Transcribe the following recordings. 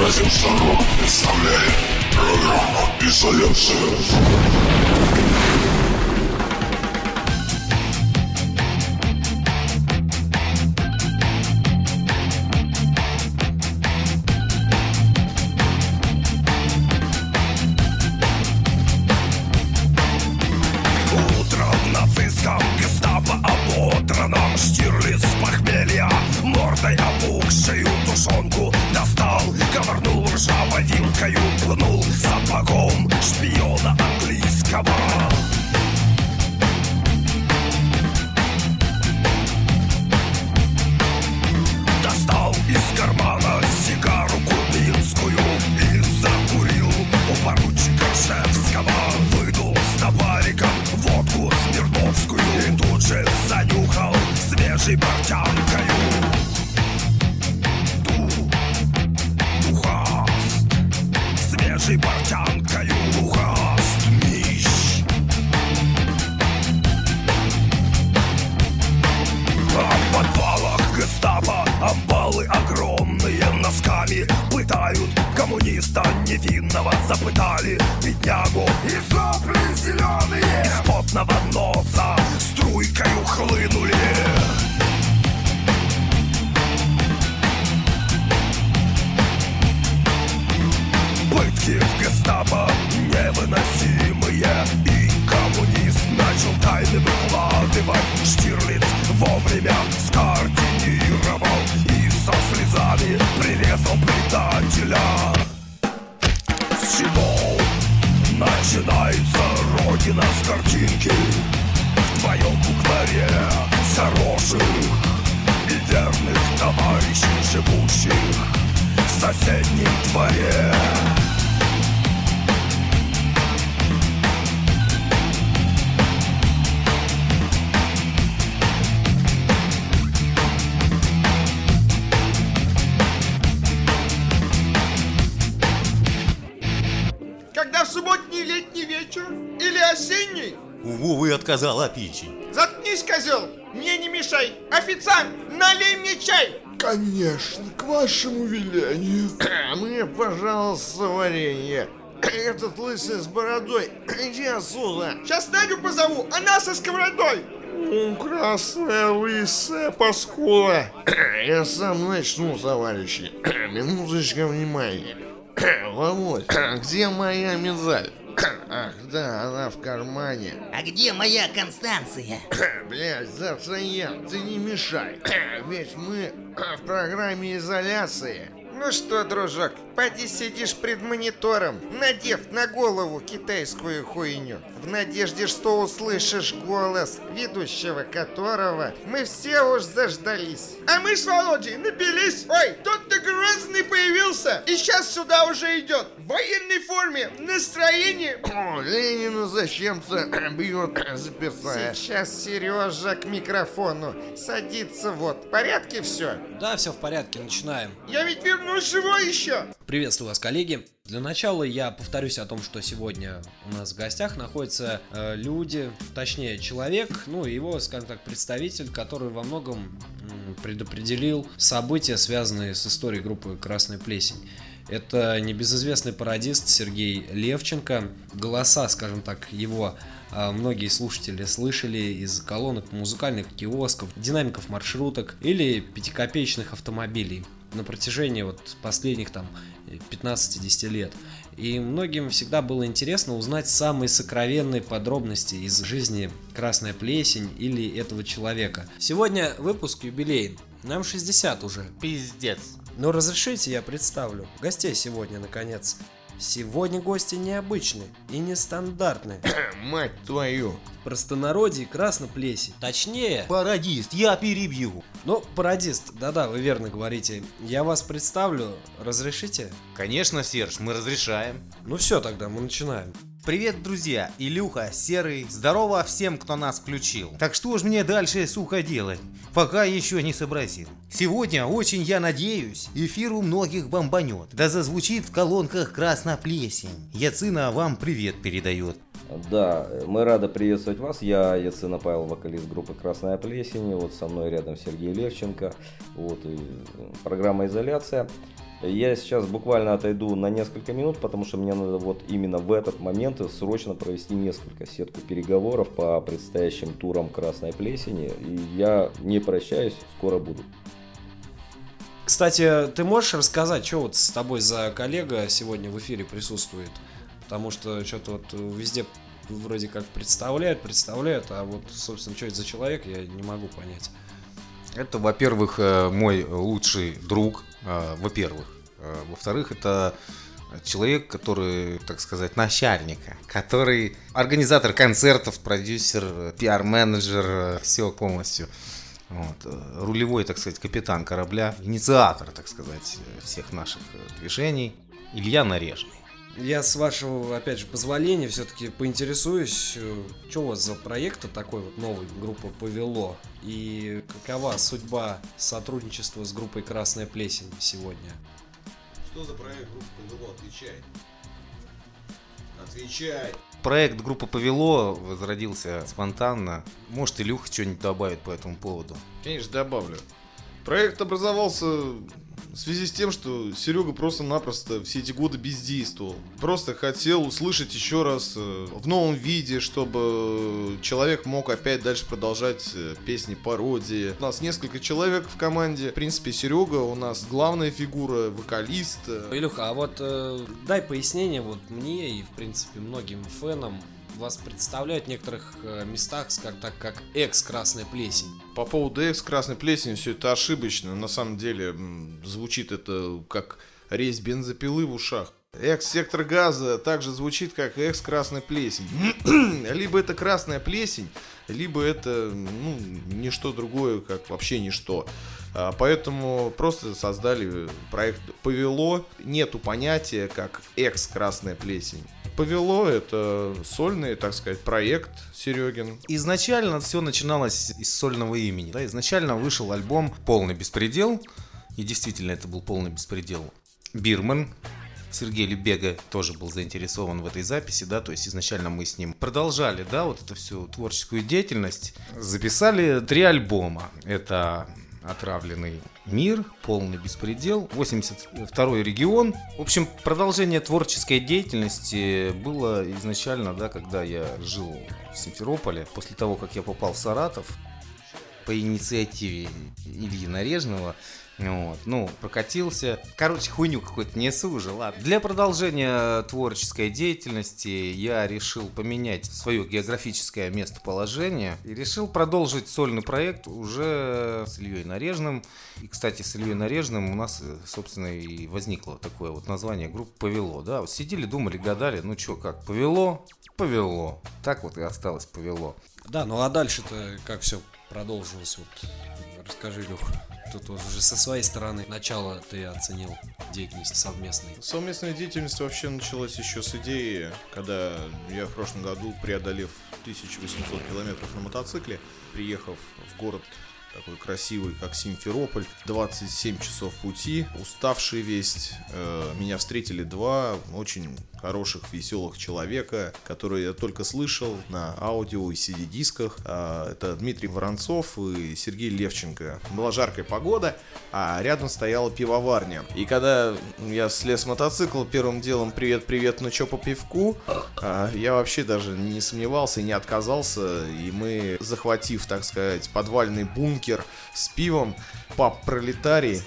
Князев Сорок представляет программу «Изоляция». Утром нацистском гестапо ободранном Штирлиц с похмелья мордой опухшую тушенку достал, ковырнул ржавой вилкою, пнул сапогом шпиона английского. Достал из кармана сигару кубинскую и закурил у поручика Ржевского. Выдул с товариком водку смирновскую и тут же занюхал свежей портянкою. Духаст, свежей портянкою. Духаст, мищ. А в подвалах гестапо амбалы огромные носками пытают коммуниста невинного. Запытали беднягу, и сопли зеленые из потного носа струйкою хлынули. Пытки в гестапо невыносимые, и коммунист начал тайны выкладывать. Штирлиц вовремя скоординировал и со слезами прирезал предателя. С чего начинается родина с картинки? В твоем букваре хороших и верных товарищей, живущих в соседнем дворе. Когда в субботний летний вечер или осенний? У Вовы отказала печень. Заткнись, козел, мне не мешай. Официант, налей мне чай. Конечно, к вашему велению. Мне, пожалуйста, варенье. Этот лысый с бородой, иди отсюда. Сейчас Надю позову, она со сковородой. Красная лысая паскуда. Я сам начну, товарищи. Минуточка внимания. Володь, где моя медаль? Ах, да, она в кармане. А где моя Констанция? Блядь, Зацаян, ты не мешай. Ведь мы в программе изоляции. Ну что, дружок, поди сидишь пред монитором, надев на голову китайскую хуйню, в надежде, что услышишь голос, ведущего которого мы все уж заждались. А мы с Володей напились. Ой, тот-то грозный появился и сейчас сюда уже идет. В военной форме, в настроении. О, Ленину зачем-то бьет записать. Сейчас Сережа к микрофону садится, вот. В порядке все? Да, все в порядке, начинаем. Я ведь вернусь живой еще. Приветствую вас, коллеги. Для начала я повторюсь о том, что сегодня у нас в гостях находятся люди, точнее человек, ну его, скажем так, представитель, который во многом предопределил события, связанные с историей группы «Красная плесень». Это небезызвестный пародист Сергей Левченко. Голоса, скажем так, его многие слушатели слышали из колонок музыкальных киосков, динамиков маршруток или пятикопеечных автомобилей на протяжении последних 15-10 лет. И многим всегда было интересно узнать самые сокровенные подробности из жизни «Красная плесень» или этого человека. Сегодня выпуск юбилейный. Нам 60 уже. Пиздец. Но разрешите я представлю гостей сегодня, наконец. Сегодня гости необычные и нестандартные. Мать твою. В простонародье красноплесень. Точнее... Пародист, я перебью. Ну, пародист, да-да, вы верно говорите. Я вас представлю. Разрешите? Конечно, Серж, мы разрешаем. Ну все, тогда мы начинаем. Привет, друзья, Илюха, Серый, здорово всем, кто нас включил. Так что ж мне дальше, сука, делать? Пока еще не сообразил. Сегодня, очень я надеюсь, эфир у многих бомбанет. Да зазвучит в колонках «Красная плесень». Яцина вам привет передает. Да, мы рады приветствовать вас. Я Яцина Павел, вокалист группы «Красная плесень». Вот со мной рядом Сергей Левченко. Вот, и программа «Изоляция». Я сейчас буквально отойду на несколько минут, потому что мне надо вот именно в этот момент срочно провести несколько сетку переговоров по предстоящим турам Красной Плесени. И я не прощаюсь, скоро буду. Кстати, ты можешь рассказать, что вот с тобой за коллега сегодня в эфире присутствует? Потому что что-то вот везде вроде как представляют, а вот, собственно, что это за человек, я не могу понять. Это, во-первых, мой лучший друг, во-первых. Во-вторых, это человек, который, так сказать, начальника, который организатор концертов, продюсер, пиар-менеджер, все полностью. Вот. Рулевой, так сказать, капитан корабля, инициатор, так сказать, всех наших движений, Илья Нарежный. Я, с вашего, опять же, позволения, все-таки поинтересуюсь, что у вас за проект такой вот новый, группа «Повело», и какова судьба сотрудничества с группой «Красная Плесень» сегодня? Что за проект группы «Повело»? Отвечай! Проект группы «Повело» возродился спонтанно. Может, Илюха что-нибудь добавит по этому поводу? Конечно, добавлю. Проект образовался в связи с тем, что Серега просто-напросто все эти годы бездействовал. Просто хотел услышать еще раз в новом виде, чтобы человек мог опять дальше продолжать песни, пародии. У нас несколько человек в команде. В принципе, Серега у нас главная фигура, вокалист. Илюха, а вот дай пояснение вот мне и, в принципе, многим фэнам. Вас представляют в некоторых местах, скажем так, как экс-Красная Плесень. По поводу экс-Красной Плесени все это ошибочно. На самом деле звучит это как резь бензопилы в ушах. Экс-Сектор Газа также звучит как экс-Красная Плесень. Либо это Красная Плесень, либо это ничто другое, как вообще ничто. Поэтому просто создали проект «Повело». Нету понятия как экс-Красная Плесень. «Повело» — это сольный, так сказать, проект Серегин. Изначально все начиналось из сольного имени. Да? Изначально вышел альбом «Полный беспредел». И действительно, это был полный беспредел. Бирман Сергей Лебега тоже был заинтересован в этой записи, да, то есть изначально мы с ним продолжали, да, вот эту всю творческую деятельность. Записали 3 альбома. Это «Отравленный мир», «Полный беспредел», 82-й регион. В общем, продолжение творческой деятельности было изначально, да, когда я жил в Симферополе. После того, как я попал в Саратов, по инициативе Ильи Нарежного, вот, прокатился. Короче, хуйню какую-то несу уже, ладно. Для продолжения творческой деятельности я решил поменять свое географическое местоположение и решил продолжить сольный проект уже с Ильей Нарежным. И, кстати, с Ильей Нарежным у нас, собственно, и возникло такое вот название группы «Повело». Да, вот сидели, думали, гадали, как, повело, повело. Так вот и осталось «Повело». Да, ну а дальше-то как все продолжилось? Вот расскажи, Лех. Тут уже со своей стороны начало ты оценил деятельность совместной. Совместная деятельность вообще началась еще с идеи, когда я в прошлом году, преодолев 1800 километров на мотоцикле, приехав в город такой красивый, как Симферополь, 27 часов пути, уставший весь, меня встретили 2 очень хороших, веселых человека, которые я только слышал на аудио и CD-дисках. Это Дмитрий Воронцов и Сергей Левченко. Была жаркая погода, а рядом стояла пивоварня. И когда я слез с мотоцикла, первым делом привет, ну чё по пивку, я вообще даже не сомневался и не отказался. И мы, захватив, так сказать, подвальный бункер с пивом, паб-пролетарий,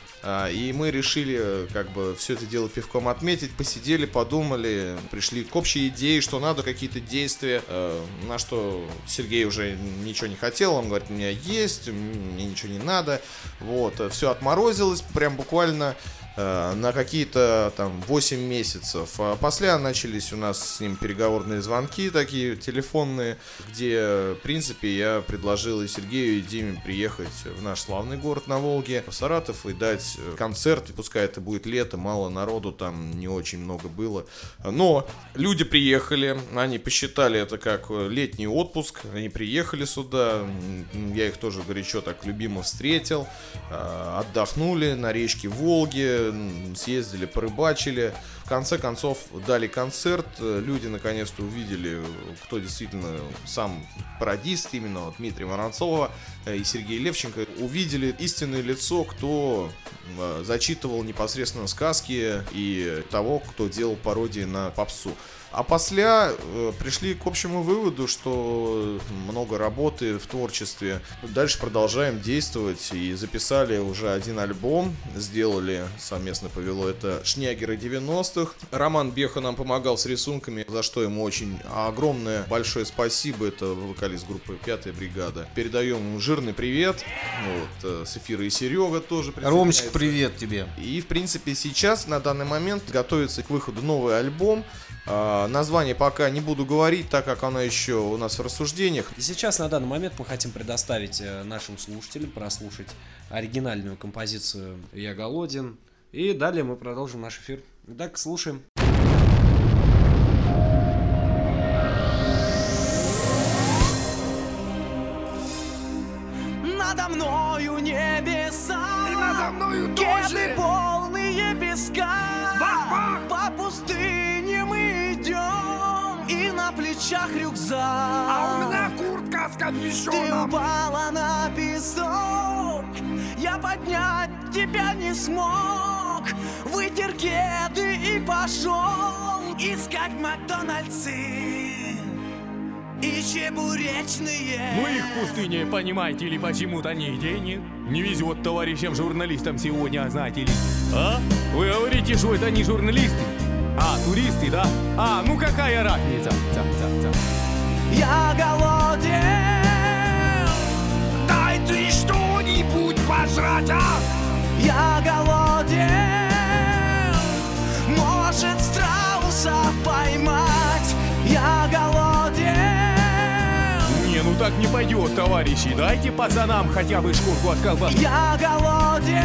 и мы решили как бы все это дело пивком отметить, посидели, подумали, пришли к общей идее, что надо какие-то действия, на что Сергей уже ничего не хотел, он говорит, у меня есть, мне ничего не надо, вот, все отморозилось прям буквально на какие-то там 8 месяцев. А после начались у нас с ним переговорные звонки такие телефонные, где, в принципе, я предложил и Сергею, и Диме приехать в наш славный город на Волге, в Саратов, и дать концерт. Пускай это будет лето, мало народу там не очень много было. Но люди приехали, они посчитали это как летний отпуск, они приехали сюда, я их тоже горячо так любимо встретил, отдохнули на речке Волге, погуляли, съездили, порыбачили. В конце концов дали концерт. Люди наконец-то увидели, кто действительно сам пародист, именно вот Дмитрия Воронцова и Сергей Левченко. Увидели истинное лицо, кто зачитывал непосредственно сказки, и того, кто делал пародии на попсу. А после пришли к общему выводу, что много работы в творчестве. Дальше продолжаем действовать и записали уже один альбом. Сделали совместно «Повело». Это «Шнягеры 90-х». Роман Беха нам помогал с рисунками, за что ему очень огромное большое спасибо. Это вокалист группы «Пятая бригада». Передаем ему жирный привет. Вот, с эфира и Серега тоже присоединяется. Ромчик, привет тебе. И, в принципе, сейчас, на данный момент, готовится к выходу новый альбом. Название пока не буду говорить, так как оно еще у нас в рассуждениях. И сейчас, на данный момент, мы хотим предоставить нашим слушателям прослушать оригинальную композицию «Я голоден». И далее мы продолжим наш эфир. Итак, слушаем. Надо мною небеса, и надо мною тоже полные песка. По пустыне мы идем, и на плечах рюкзак. А у меня куртка с капюшоном. Ты упала на песок, я поднять тебя не смог. Вытер кеды и пошел искать Макдональдсы и чебуречные. Ну их в пустыне, понимаете ли, почему-то нигде нет. Не везет товарищам журналистам сегодня, знаете ли. А? Вы говорите, что это не журналисты, а туристы, да? А, ну какая разница? Я голоден, дай ты что-нибудь пожрать, а? Я голоден, может страуса поймать. Я голоден. Не, ну так не пойдет, товарищи. Дайте пацанам хотя бы шкурку от колбасы. Я голоден.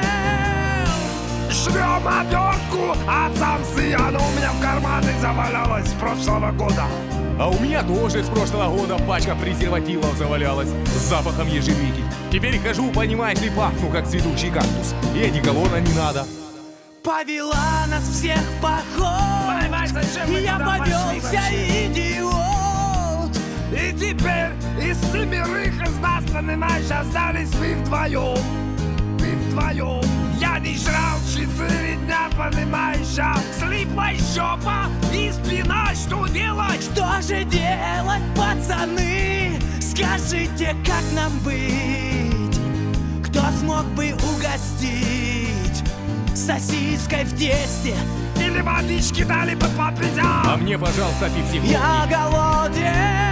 Жрем обертку от самсы, она у меня в кармане завалялась с прошлого года. А у меня тоже с прошлого года пачка презервативов завалялась с запахом ежевики. Теперь хожу, понимаешь ли, пахну как цветущий кактус. И одеколона не надо. Повела нас всех в поход, я повелся, идиот. И теперь из 7 из нас, понимаешь, остались вы вдвоем. Вы вдвоем. Я не жрал 4 дня, понимаешь, а слипла жопа и спина, что делать? Что же делать, пацаны? Скажите, как нам быть? Кто смог бы угостить сосиской в тесте? Или водички дали бы попить? А мне, пожалуйста, пепси. Я голоден,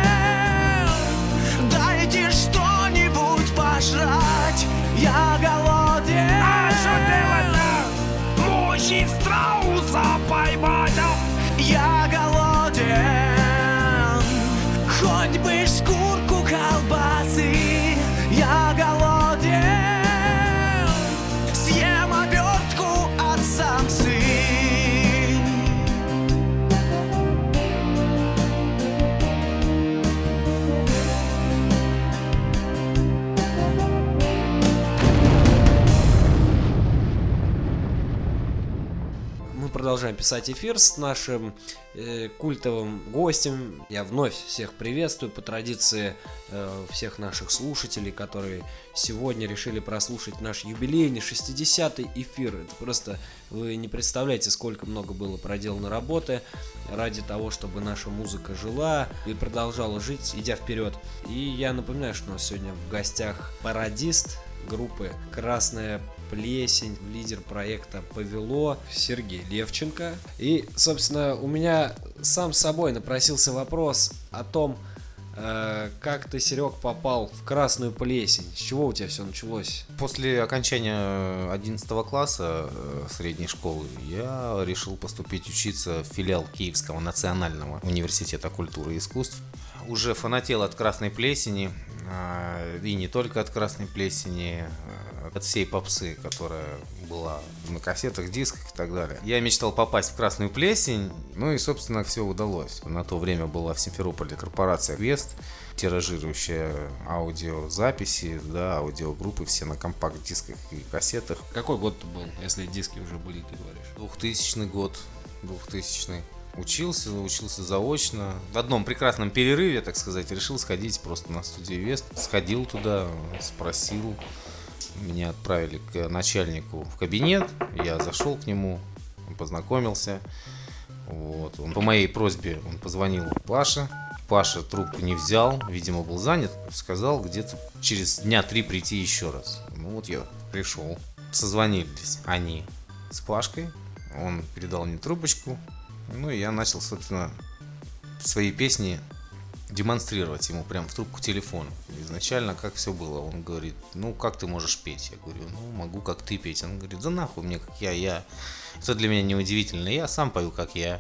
дайте что-нибудь пожрать. Я голоден. А что делать-то? Мощи страуса поймать. Я голоден, хоть бы шкурку колбасы. Я голоден, съем обертку от самсы. Продолжаем писать эфир с нашим культовым гостем. Я вновь всех приветствую по традиции всех наших слушателей, которые сегодня решили прослушать наш юбилейный 60-й эфир. Это просто вы не представляете, сколько много было проделано работы ради того, чтобы наша музыка жила и продолжала жить, идя вперед. И я напоминаю, что у нас сегодня в гостях пародист группы «Красная плесень», лидер проекта «Повело» Сергей Левченко. И, собственно, у меня сам собой напросился вопрос о том, как ты, Серег, попал в «Красную плесень». С чего у тебя все началось? После окончания 11 класса средней школы я решил поступить учиться в филиал Киевского национального университета культуры и искусств. Уже фанател от «Красной плесени», И не только от «Красной плесени», от всей попсы, которая была на кассетах, дисках и так далее. Я мечтал попасть в «Красную плесень», ну и, собственно, все удалось. На то время была в Симферополе корпорация «Вест», тиражирующая аудиозаписи, да, аудиогруппы все на компакт-дисках и кассетах. Какой год был, если диски уже были, ты говоришь? 2000 год, 2000. Учился заочно. В одном прекрасном перерыве, так сказать, решил сходить просто на студию «Вест». Сходил туда, спросил. Меня отправили к начальнику в кабинет. Я зашел к нему, познакомился. Вот. Он, по моей просьбе он позвонил Паше. Паша трубку не взял, видимо, был занят. Сказал где-то через дня 3 прийти еще раз. Ну вот я пришел. Созвонились они с Пашкой. Он передал мне трубочку. Ну и я начал, собственно, свои песни демонстрировать ему прямо в трубку телефона. Изначально как все было. Он говорит: ну как ты можешь петь? Я говорю: ну могу как ты петь. Он говорит: да нахуй мне как я. Это для меня не удивительно. Я сам пою как я.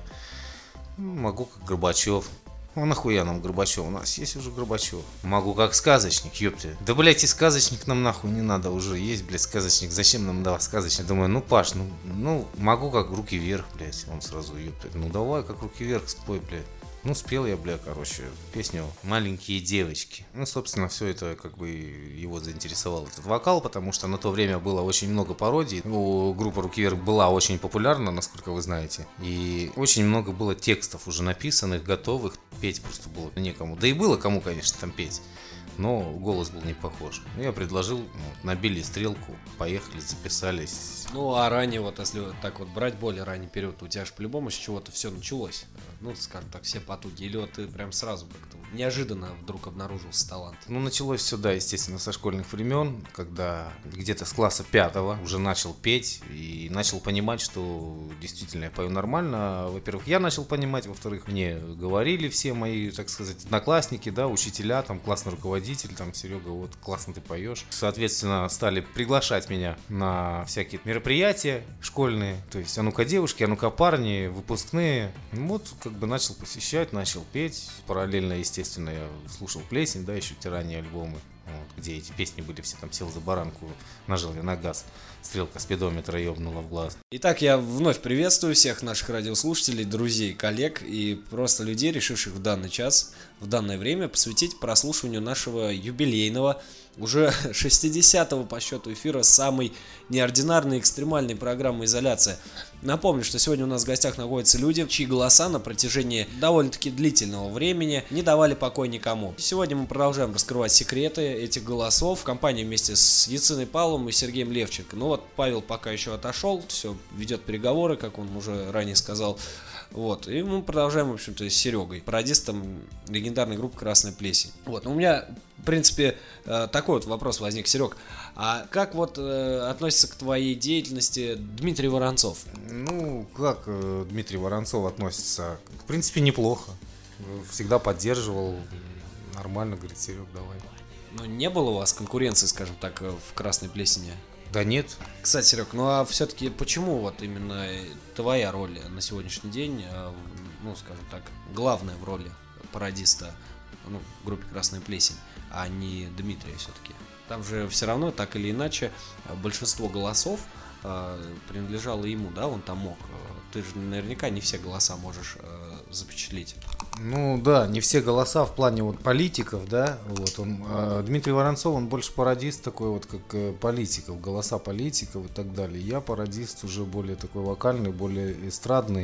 Могу как Горбачев. А нахуя нам Горбачев? У нас есть уже Горбачев. Могу как сказочник, ёпты. Да, блядь, и сказочник нам нахуй не надо. Уже есть, блядь, сказочник. Зачем нам давать сказочник? Думаю, ну, Паш, ну, могу как «Руки вверх», блядь. Он сразу, ёпты. Ну, давай как «Руки вверх» спой, блядь. Ну, спел я, бля, короче, песню «Маленькие девочки». Ну, собственно, все это как бы его заинтересовал этот вокал, потому что на то время было очень много пародий. Группа «Руки вверх» была очень популярна, насколько вы знаете. И очень много было текстов уже написанных, готовых. Петь просто было некому. Да и было кому, конечно, там петь. Но голос был не похож. Я предложил, набили стрелку, поехали, записались. Ну, а ранее, вот если вот так вот брать более ранний период, у тебя же по-любому с чего-то все началось. Ну, скажем так, все потуги. Или вот ты прям сразу как-то неожиданно вдруг обнаружился талант? Ну, началось все, да, естественно, со школьных времен, когда где-то с класса 5 уже начал петь и начал понимать, что действительно я пою нормально. Во-первых, я начал понимать, во-вторых, мне говорили все мои, так сказать, одноклассники, да, учителя, там, классный руководитель, там, Серега, вот, классно ты поешь. Соответственно, стали приглашать меня на всякие мероприятия школьные, то есть, а ну-ка девушки, а ну-ка парни, выпускные. Вот, как бы начал посещать, начал петь, параллельно, естественно, я слушал плесень, да, еще те ранние альбомы, вот, где эти песни были все, там, «Сел за баранку», «Нажал я на газ», «Стрелка спидометра ёбнула в глаз». Итак, я вновь приветствую всех наших радиослушателей, друзей, коллег и просто людей, решивших в данный час, в данное время посвятить прослушиванию нашего юбилейного, уже 60-го по счету эфира самой неординарной экстремальной программы «Изоляция». Напомню, что сегодня у нас в гостях находятся люди, чьи голоса на протяжении довольно-таки длительного времени не давали покоя никому. Сегодня мы продолжаем раскрывать секреты этих голосов в компании вместе с Яциной Павловым и Сергеем Левченко. Ну вот Павел пока еще отошел, все, ведет переговоры, как он уже ранее сказал. Вот, и мы продолжаем, в общем-то, с Серегой, пародистом легендарной группы «Красная плесень». Вот, у меня, в принципе, такой вот вопрос возник, Серег. А как вот относится к твоей деятельности Дмитрий Воронцов? Ну, как Дмитрий Воронцов относится? В принципе, неплохо. Всегда поддерживал. Нормально, говорит: Серег, давай. Ну, не было у вас конкуренции, скажем так, в «Красной плесени»? Да нет. Кстати, Серег, ну а все-таки почему вот именно твоя роль на сегодняшний день, ну, скажем так, главная в роли пародиста, ну, в группе «Красная плесень», а не Дмитрия все-таки? Там же все равно, так или иначе, большинство голосов принадлежало ему, да, он там мог. Ты же наверняка не все голоса можешь запечатлеть. Ну да, не все голоса в плане вот политиков, да, вот он, Дмитрий Воронцов, он больше пародист такой вот, как политиков, голоса политиков и так далее. Я пародист уже более такой вокальный, более эстрадный,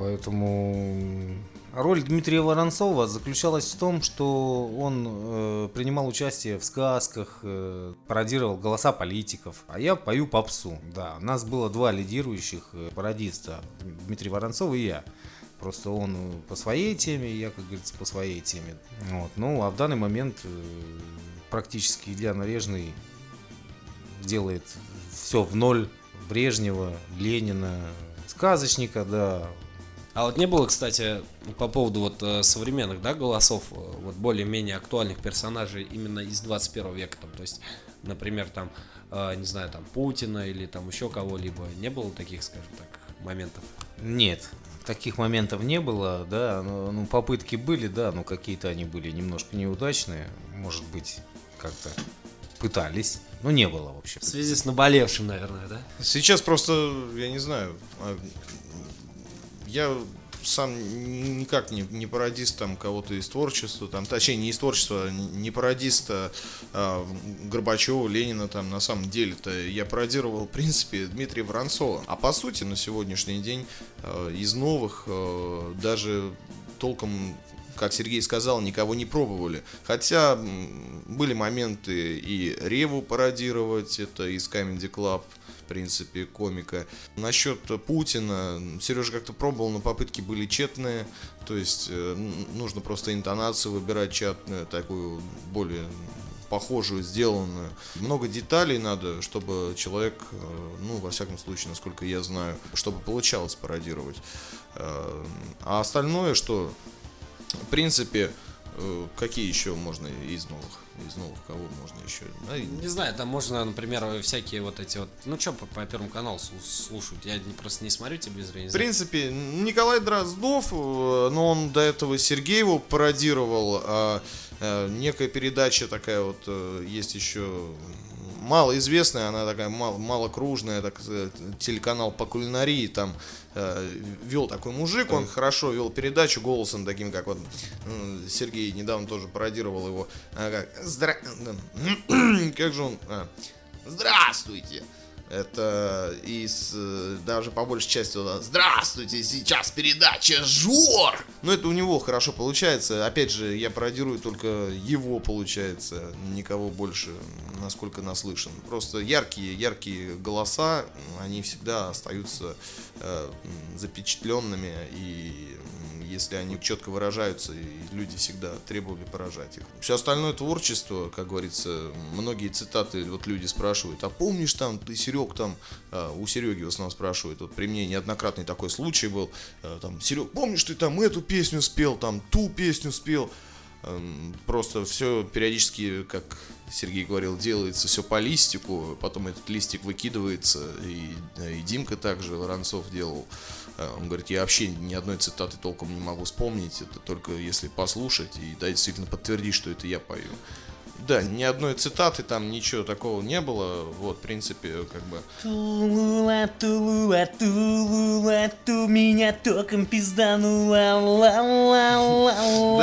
поэтому роль Дмитрия Воронцова заключалась в том, что он принимал участие в сказках, пародировал голоса политиков, а я пою попсу, да. У нас было два лидирующих пародиста, Дмитрий Воронцов и я. Просто он по своей теме, я, как говорится, по своей теме. Вот. Ну, а в данный момент практически Илья Нарежный делает все в ноль. Брежнева, Ленина, сказочника, да. А вот не было, кстати, по поводу вот современных, да, голосов, вот более-менее актуальных персонажей именно из 21 века, там, то есть, например, там, не знаю, там, Путина или там еще кого-либо, не было таких, скажем так, моментов? Нет. Таких моментов не было, да, ну, попытки были, да, но какие-то они были немножко неудачные, может быть, как-то пытались, но не было, в общем. В связи с наболевшим, наверное, да? Сейчас просто, я не знаю, я сам никак не пародист там кого-то из творчества, там, точнее не из творчества, не пародист Горбачева, Ленина, там на самом деле-то я пародировал в принципе Дмитрия Воронцова. А по сути на сегодняшний день из новых даже толком, как Сергей сказал, никого не пробовали. Хотя были моменты и Реву пародировать, это из Comedy Club, в принципе, комика. Насчет Путина Сережа как-то пробовал, но попытки были тщетные. То есть нужно просто интонацию выбирать тщательную, такую более похожую, сделанную. Много деталей надо, чтобы человек, ну, во всяком случае, насколько я знаю, чтобы получалось пародировать. А остальное, что, в принципе, какие еще можно из новых? Из новых кого можно еще? Не знаю, там можно, например, всякие вот эти вот... Ну, что по Первому каналу слушать? Я просто не смотрю телевизор, я не В знаю. принципе, Николай Дроздов, но он до этого Сергеева пародировал. Некая передача такая вот есть еще... малоизвестная, она такая малокружная, так сказать, телеканал по кулинарии, там вел такой мужик, он хорошо вел передачу голосом таким, как вот Сергей недавно тоже пародировал его, как же он, здравствуйте. Это из, даже по большей части, здравствуйте, сейчас передача «Жор». Но это у него хорошо получается. Опять же, я пародирую только его, получается, никого больше, насколько наслышан. Просто яркие голоса, они всегда остаются запечатленными. И если они четко выражаются, и люди всегда требовали поражать их. Все остальное творчество, как говорится, многие цитаты, вот люди спрашивают, а помнишь там, ты, Серег, там, у Сереги в основном спрашивают, вот при мне неоднократный такой случай был, там, Серег, помнишь, ты там эту песню спел, там, ту песню спел? Просто все периодически, как Сергей говорил, делается все по листику, потом этот листик выкидывается, и Димка также, Воронцов, делал. Он говорит, я вообще ни одной цитаты толком не могу вспомнить, это только если послушать и да, действительно подтвердить, что это я пою. Да, ни одной цитаты, там ничего такого не было, вот, в принципе, как бы... Тулула, тулула, тулула, ту меня током пизданула, ла-ла-ла-ла-ла.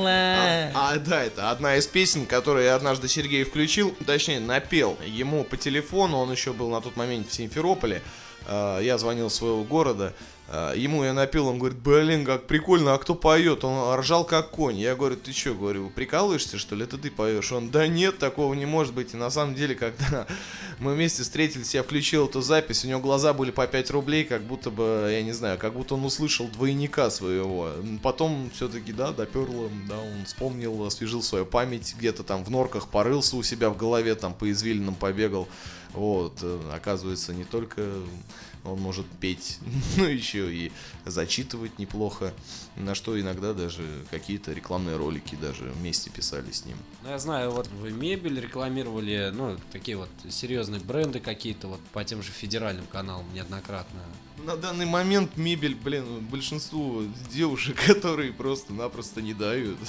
Да, это одна из песен, которую я однажды Сергей включил, точнее, напел ему по телефону, он еще был на тот момент в Симферополе, я звонил из своего города, ему я напел, он говорит, блин, как прикольно, а кто поет? Он ржал как конь. Я говорю, ты что, говорю, прикалываешься, что ли? Это ты поешь? Он, да нет, такого не может быть. И на самом деле, когда мы вместе встретились, я включил эту запись, у него глаза были по 5 рублей, как будто бы, я не знаю, как будто он услышал двойника своего. Потом все-таки, да, доперло, да, он вспомнил, освежил свою память, где-то там в норках порылся у себя в голове, там по извилинам побегал. Вот, оказывается, не только он может петь, но еще и зачитывать неплохо, на что иногда даже какие-то рекламные ролики даже вместе писали с ним. Ну, я знаю, вот вы мебель рекламировали, ну, такие вот серьезные бренды какие-то, вот по тем же федеральным каналам неоднократно. На данный момент мебель, блин, большинству девушек, которые просто-напросто не дают.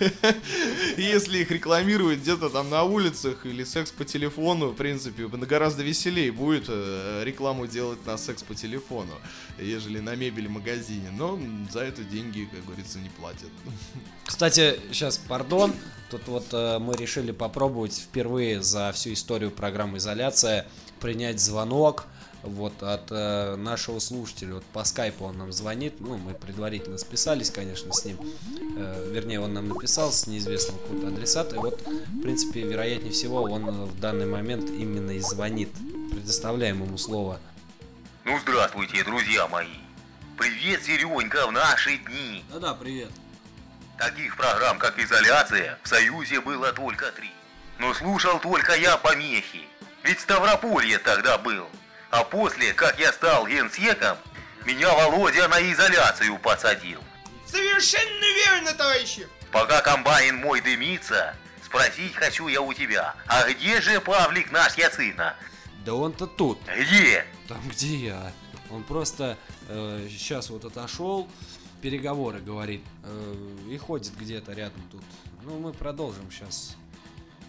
Если их рекламируют где-то там на улицах или секс по телефону, в принципе, гораздо веселее будет рекламу делать на секс по телефону, ежели на мебель в магазине. Но за это деньги, как говорится, не платят. Кстати, сейчас, пардон, тут вот мы решили попробовать впервые за всю историю программы «Изоляция» принять звонок. Вот от нашего слушателя, вот по скайпу он нам звонит, ну, мы предварительно списались, конечно, с ним, вернее, он нам написал с неизвестным какого-то адресата, и вот, в принципе, вероятнее всего, он в данный момент именно и звонит. Предоставляем ему слово. Ну, здравствуйте, друзья мои. Привет, Серёнька, в наши дни. Да-да, привет. Таких программ, как «Изоляция», в Союзе было только 3. Но слушал только я помехи, ведь Ставрополье тогда был. А после, как я стал генсеком, меня Володя на изоляцию посадил. Совершенно верно, товарищи! Пока комбайн мой дымится, спросить хочу я у тебя, а где же Павлик наш Яцина? Да он-то тут. Где? Там где я? Он просто сейчас вот отошел, переговоры говорит, и ходит где-то рядом тут. Ну, мы продолжим сейчас.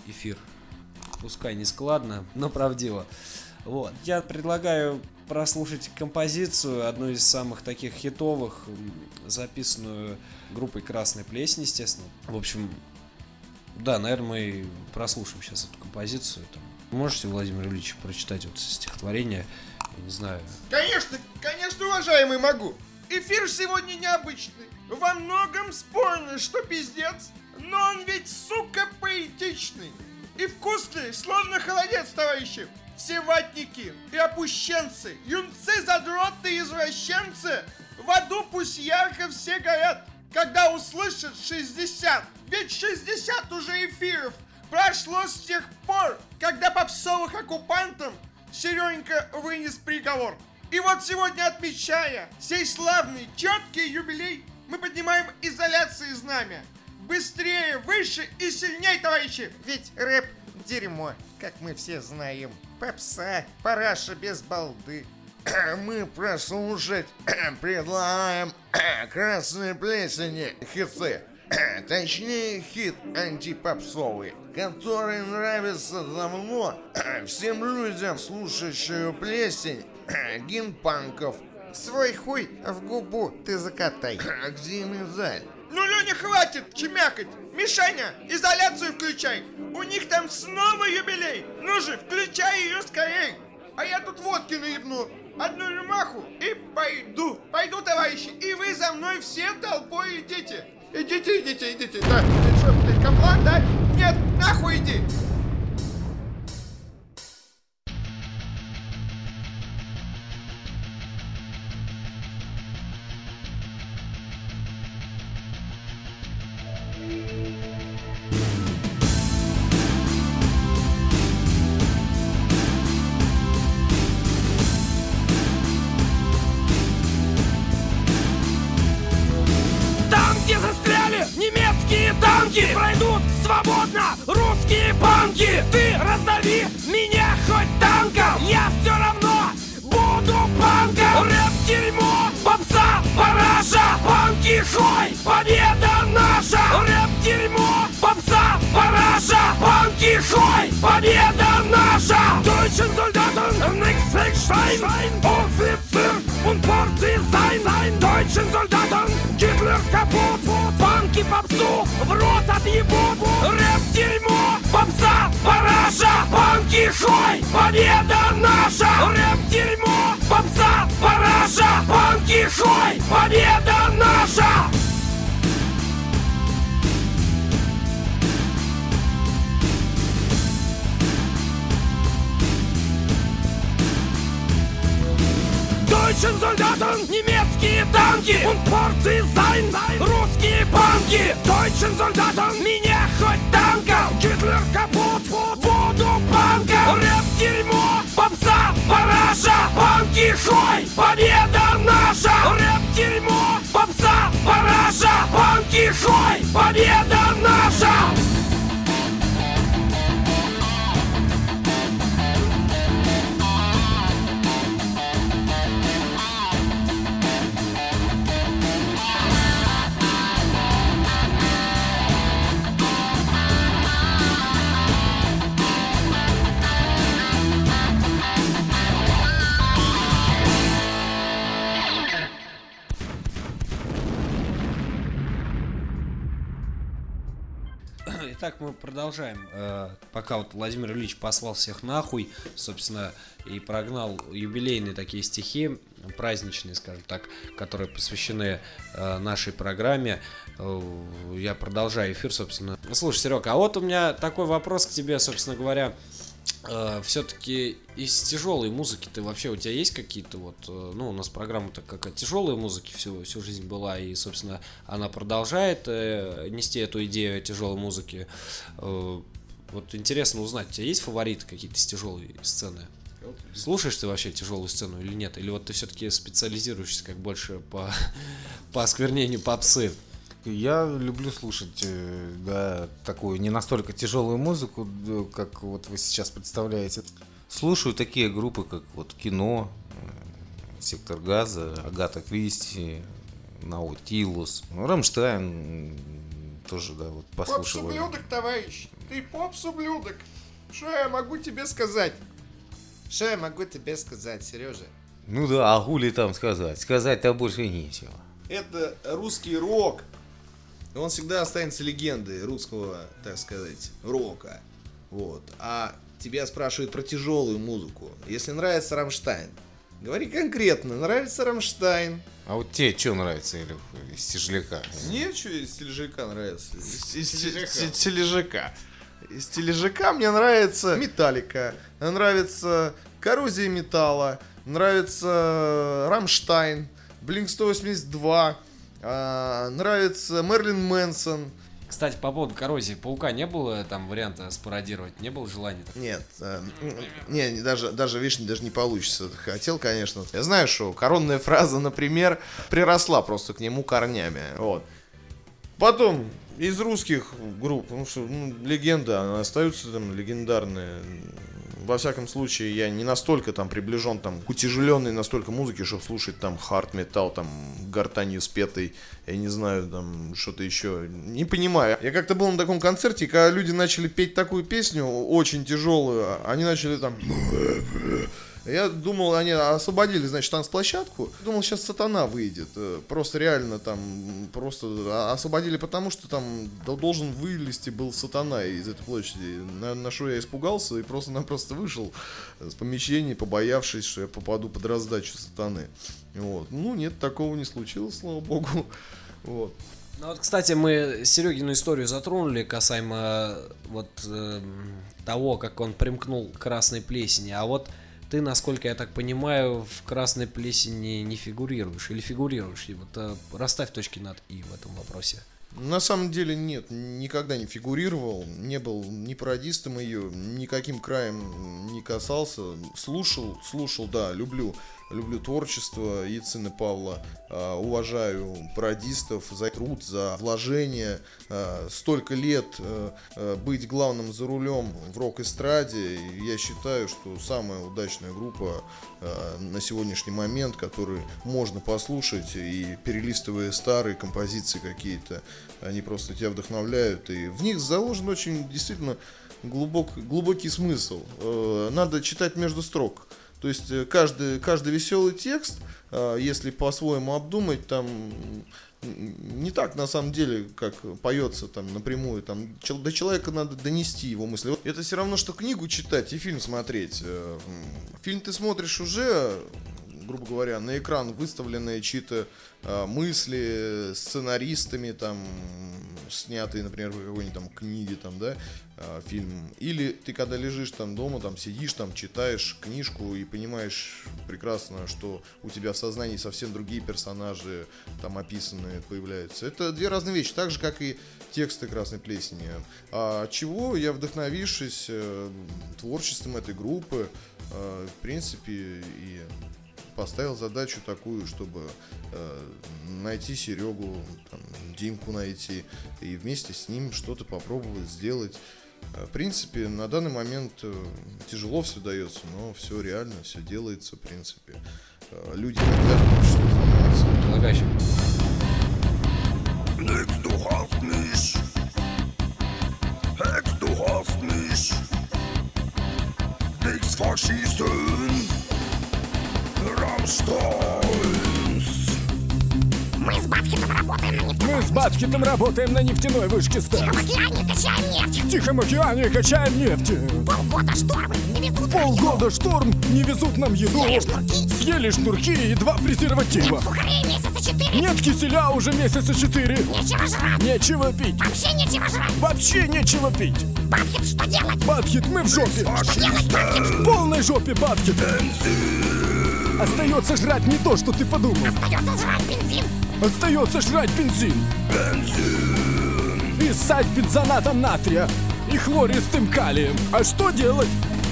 эфир. Пускай не складно, но правдиво. Вот. Я предлагаю прослушать композицию, одну из самых таких хитовых, записанную группой «Красная плесень», естественно. В общем, да, наверное, мы прослушаем сейчас эту композицию. Там. Можете, Владимир Ильич, прочитать вот стихотворение? Я не знаю. Конечно, уважаемый, могу. Эфир сегодня необычный. Во многом спорный, что пиздец, но он ведь, сука, поэтичный. И вкусный, словно холодец, товарищи. Все ватники и опущенцы, юнцы, задроты, извращенцы, в аду пусть ярко все горят, когда услышат 60. Ведь 60 уже эфиров прошло с тех пор, когда попсовых оккупантам Серёнька вынес приговор. И вот сегодня, отмечая сей славный, четкий юбилей, мы поднимаем изоляции знамя. Быстрее, выше и сильней, товарищи! Ведь рэп — дерьмо, как мы все знаем. Попса, параша без балды. Мы прослушать предлагаем «Красные плесени» хиты. Точнее, хит антипопсовый, который нравится давно всем людям, слушающим плесень гимн-панков. Свой хуй в губу ты закатай. Где медаль? Ну, Леня, хватит чемякать! Мишаня, изоляцию включай! У них там снова юбилей! Ну же, включай ее скорей! А я тут водки наебну! Одну рюмаху и пойду! Пойду, товарищи! И вы за мной все толпой идите! Идите! Да, ты что, ты каплан, да? Нет, нахуй иди! Немецкие танки пройдут свободно, русские панки. Ты раздави меня хоть танком, я все равно буду панком. Рэп дерьмо, попса, параша, панки хой, победа наша. Рэп дерьмо, попса, параша, панки хой, победа наша. Deutschen Soldaten, nix Stein, Offizier und Partisan. Deutschen Soldaten, Hitler kaputt, панки попсу в рот отъебут. Рэп дерьмо, попса, параша, панки хой, победа наша. Рэп дерьмо, попса, параша, панки хой, победа наша. Deutschen Soldaten, немецкие танки und Partisan, русские панки. Deutschen Soldaten, меня хоть танком, Гитлер капут, буду панком. Рэп дерьмо, попса, параша, панки хой, победа наша. Рэп дерьмо, попса, параша, панки хой, победа наша. Итак, мы продолжаем. Пока вот Владимир Ильич послал всех нахуй, собственно, и прогнал юбилейные такие стихи, праздничные, скажем так, которые посвящены нашей программе. Я продолжаю эфир, собственно. Слушай, Серег, а вот у меня такой вопрос к тебе, собственно говоря. Все-таки из тяжелой музыки ты вообще, у тебя есть какие-то вот, ну, у нас программа-то какая-то тяжелой музыки всю жизнь была, и, собственно, она продолжает нести эту идею тяжелой музыки. Вот интересно узнать, у тебя есть фавориты какие-то из тяжелой сцены? Слушаешь ты вообще тяжелую сцену или нет? Или вот ты все-таки специализируешься как больше по осквернению попсы? Я люблю слушать, да, такую не настолько тяжелую музыку, как вот вы сейчас представляете. Слушаю такие группы, как вот Кино, Сектор Газа, Агата Кристи, Наутилус, Рамштайн, тоже, да, вот послушиваю. Попс-ублюдок, товарищ. Ты попс-ублюдок. Что я могу тебе сказать? Что я могу тебе сказать, Сережа? Ну да, а хули там сказать? Сказать-то больше нечего. Это русский рок. Он всегда останется легендой русского, так сказать, рока. Вот. А тебя спрашивают про тяжелую музыку. Если нравится Рамштайн, говори конкретно, нравится Рамштайн. А вот тебе что нравится, Илюх, из тяжеляка? Мне что из тележака нравится? Из тележака. Из тележака мне нравится Металлика, нравится Коррозия металла, нравится Рамштайн, Blink-182, нравится Мерлин Мэнсон. Кстати, по поводу коррозии паука не было там варианта спародировать? Не было желания? Нет, даже, видишь, даже не получится. Хотел, конечно. Я знаю, что коронная фраза, например, приросла просто к нему корнями. Вот. Потом, из русских групп, легенда, она остаются там легендарные. Во всяком случае, я не настолько там приближен там, к утяжеленной настолько музыке, чтобы слушать там хард-металл, там, гортанью спетой, я не знаю, там, что-то еще. Не понимаю. Я как-то был на таком концерте, когда люди начали петь такую песню, очень тяжелую, они начали там... Я думал, они освободили, значит, танцплощадку. Думал, сейчас сатана выйдет. Просто реально там, просто освободили, потому что там должен вылезти был сатана из этой площади. На что я испугался и просто-напросто вышел с помещения, побоявшись, что я попаду под раздачу сатаны. Вот. Ну, нет, такого не случилось, слава богу. Вот. Ну вот, кстати, мы Серегину историю затронули касаемо вот того, как он примкнул к красной плесени. А вот ты, насколько я так понимаю, в красной плесени не фигурируешь или фигурируешь. И вот расставь точки над «и» в этом вопросе. На самом деле нет, никогда не фигурировал, не был ни пародистом ее, никаким краем не касался. Слушал, да, люблю творчество Яцины Павла, уважаю пародистов за труд, за вложение, столько лет быть главным за рулем в рок-эстраде. Я считаю, что самая удачная группа на сегодняшний момент, которую можно послушать, и перелистывая старые композиции какие-то, они просто тебя вдохновляют, и в них заложен очень действительно глубокий смысл. Надо читать между строк. То есть каждый веселый текст, если по-своему обдумать, там не так на самом деле, как поется там напрямую, там до человека надо донести его мысли. Это все равно, что книгу читать и фильм смотреть. Фильм ты смотришь уже, грубо говоря, на экран выставленные чьи-то мысли сценаристами, там, снятые, например, в какой-нибудь там книге, там, да, фильм. Или ты когда лежишь там дома, там сидишь, там читаешь книжку и понимаешь прекрасно, что у тебя в сознании совсем другие персонажи там описанные появляются. Это две разные вещи, так же, как и тексты «Красной плесени». А чего я, вдохновившись творчеством этой группы, в принципе, и поставил задачу такую, чтобы найти Серегу, там, Димку найти и вместе с ним что-то попробовать сделать. В принципе, на данный момент тяжело все дается, но все реально, все делается, в принципе. Люди хотят что-то заниматься. Предлагающий. Du hast mich. Du hast mich. Nichts verschießen. Мы с Батхитом работаем на нефтяной. Мы с Батхитом работаем на нефтяной вышке В Тихом океане качаем нефть. В Тихом океане качаем нефть. Полгода штормы не везут Полгода шторм не везут нам еду. Съели шнурки и 2 презерватива. Нет сухарей месяца 4. Нет киселя уже месяца 4. Нечего жрать. Нечего пить. Вообще нечего жрать. Вообще нечего пить. Батхит, что делать? Батхит, мы в жопе. Что делать, Батхит? В полной жопе, Батхит. Остается жрать не то, что ты подумал. Остается жрать бензин. Остается жрать бензин. И ссать бензонатом натрия и хлористым калием. А что делать?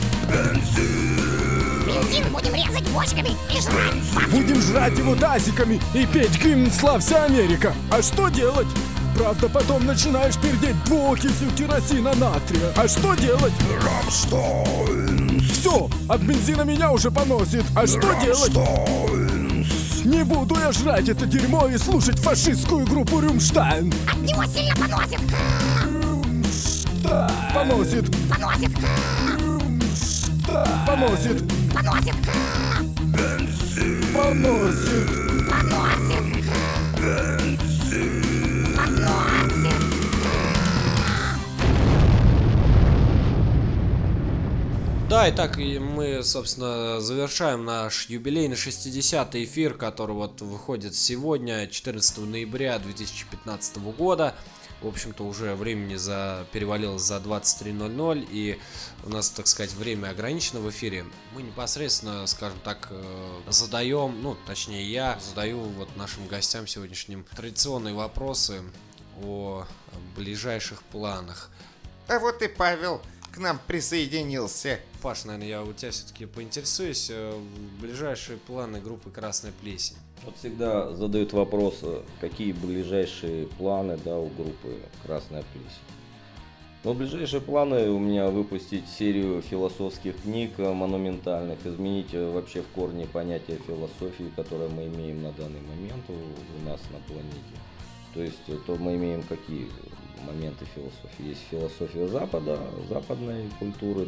Бензин будем резать бочками и жрать. Будем жрать его тазиками и петь гимн «Славься, Америка». А что делать? Правда, потом начинаешь пердеть двуокисью керосина натрия. А что делать? Все, от бензина меня уже поносит. А что делать? Не буду я жрать это дерьмо и слушать фашистскую группу Рюмштайн. От него сильно поносит. Поносит. Поносит. Поносит. Поносит. Поносит. Поносит. Да, и так и мы, собственно, завершаем наш юбилейный 60-й эфир, который вот выходит сегодня, 14 ноября 2015 года. В общем-то, уже времени перевалило за 23:00, и у нас, так сказать, время ограничено в эфире. Мы непосредственно, скажем так, задаем, точнее я задаю вот нашим гостям сегодняшним традиционные вопросы о ближайших планах. А вот и Павел к нам присоединился. Паш, наверное, я у тебя все-таки поинтересуюсь. Ближайшие планы группы «Красная плесень». Вот всегда задают вопрос, какие ближайшие планы, у группы «Красная плесень». Но ближайшие планы у меня выпустить серию философских книг монументальных, изменить вообще в корне понятие философии, которое мы имеем на данный момент у нас на планете. То есть, то мы имеем какие моменты философии? Есть философия Запада, западной культуры,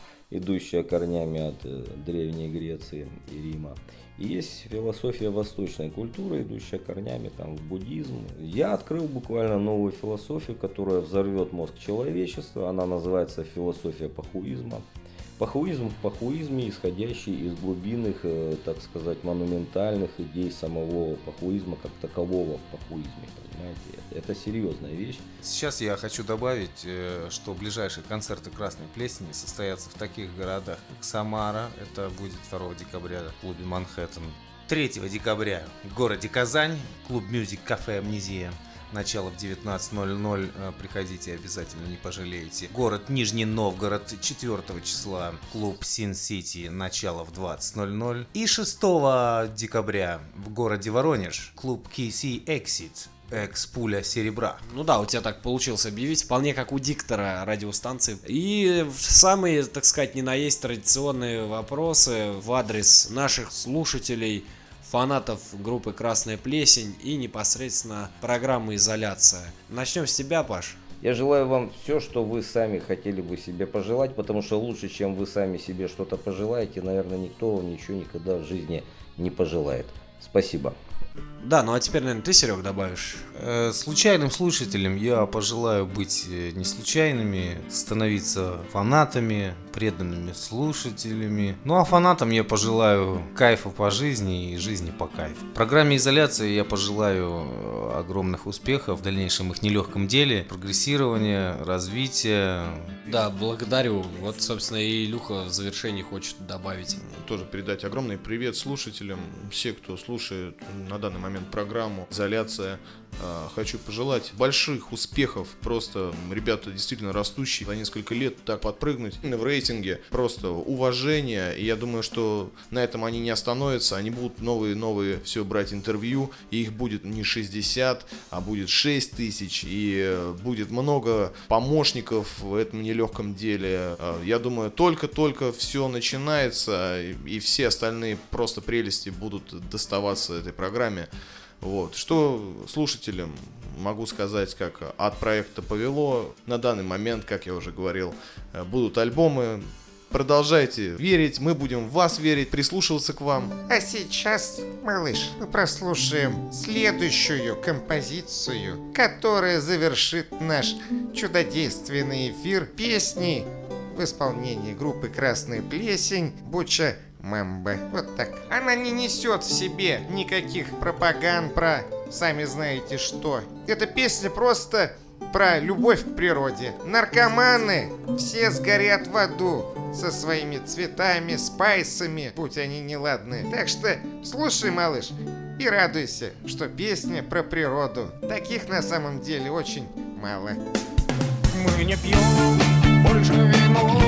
идущая корнями от Древней Греции и Рима. И есть философия восточной культуры, идущая корнями в буддизм. Я открыл буквально новую философию, которая взорвет мозг человечества. Она называется философия пахуизма. Пахуизм в пахуизме, исходящий из глубинных, так сказать, монументальных идей самого пахуизма как такового в пахуизме. Понимаете? Это серьезная вещь. Сейчас я хочу добавить, что ближайшие концерты «Красной плесени» состоятся в таких городах, как Самара, это будет 2 декабря в клубе «Манхэттен», 3 декабря в городе Казань, клуб «Мюзик Кафе Амнезия». Начало в 19:00, приходите обязательно, не пожалеете. Город Нижний Новгород, 4 числа, клуб Sin City, начало в 20:00. И 6 декабря в городе Воронеж, клуб KC Exit, экс-пуля серебра. Ну да, у тебя так получилось объявить, вполне как у диктора радиостанции. И самые, так сказать, не наесть традиционные вопросы в адрес наших слушателей, фанатов группы «Красная плесень» и непосредственно программы «Изоляция». Начнем с тебя, Паш. Я желаю вам все, что вы сами хотели бы себе пожелать, потому что лучше, чем вы сами себе что-то пожелаете, наверное, никто вам ничего никогда в жизни не пожелает. Спасибо. Да, ну а теперь, наверное, ты, Серег, добавишь. Случайным слушателям я пожелаю быть не случайными, становиться фанатами, преданными слушателями. Ну а фанатам я пожелаю кайфа по жизни и жизни по кайфу. В программе «Изоляция» я пожелаю огромных успехов в дальнейшем их нелегком деле, прогрессирования, развития. Да, благодарю. Вот, собственно, и Илюха в завершении хочет добавить. Тоже передать огромный привет слушателям, все, кто слушает на данный момент программу «Изоляция». Хочу пожелать больших успехов, просто ребята действительно растущие, за несколько лет так подпрыгнуть в рейтинге, просто уважение, и я думаю, что на этом они не остановятся, они будут новые все брать интервью, и их будет не 60, а будет 6 тысяч, и будет много помощников в этом нелегком деле. Я думаю, только-только все начинается, и все остальные просто прелести будут доставаться этой программе. Вот. Что слушателям могу сказать, как от проекта повело. На данный момент, как я уже говорил, будут альбомы. Продолжайте верить, мы будем в вас верить, прислушиваться к вам. А сейчас, малыш, мы прослушаем следующую композицию, которая завершит наш чудодейственный эфир песни в исполнении группы «Красная плесень» Буча Мамба. Вот так. Она не несет в себе никаких пропаганд про сами знаете что. Эта песня просто про любовь к природе. Наркоманы все сгорят в аду со своими цветами, спайсами, будь они неладные. Так что слушай, малыш, и радуйся, что песня про природу. Таких на самом деле очень мало. Мы не пьем больше вино.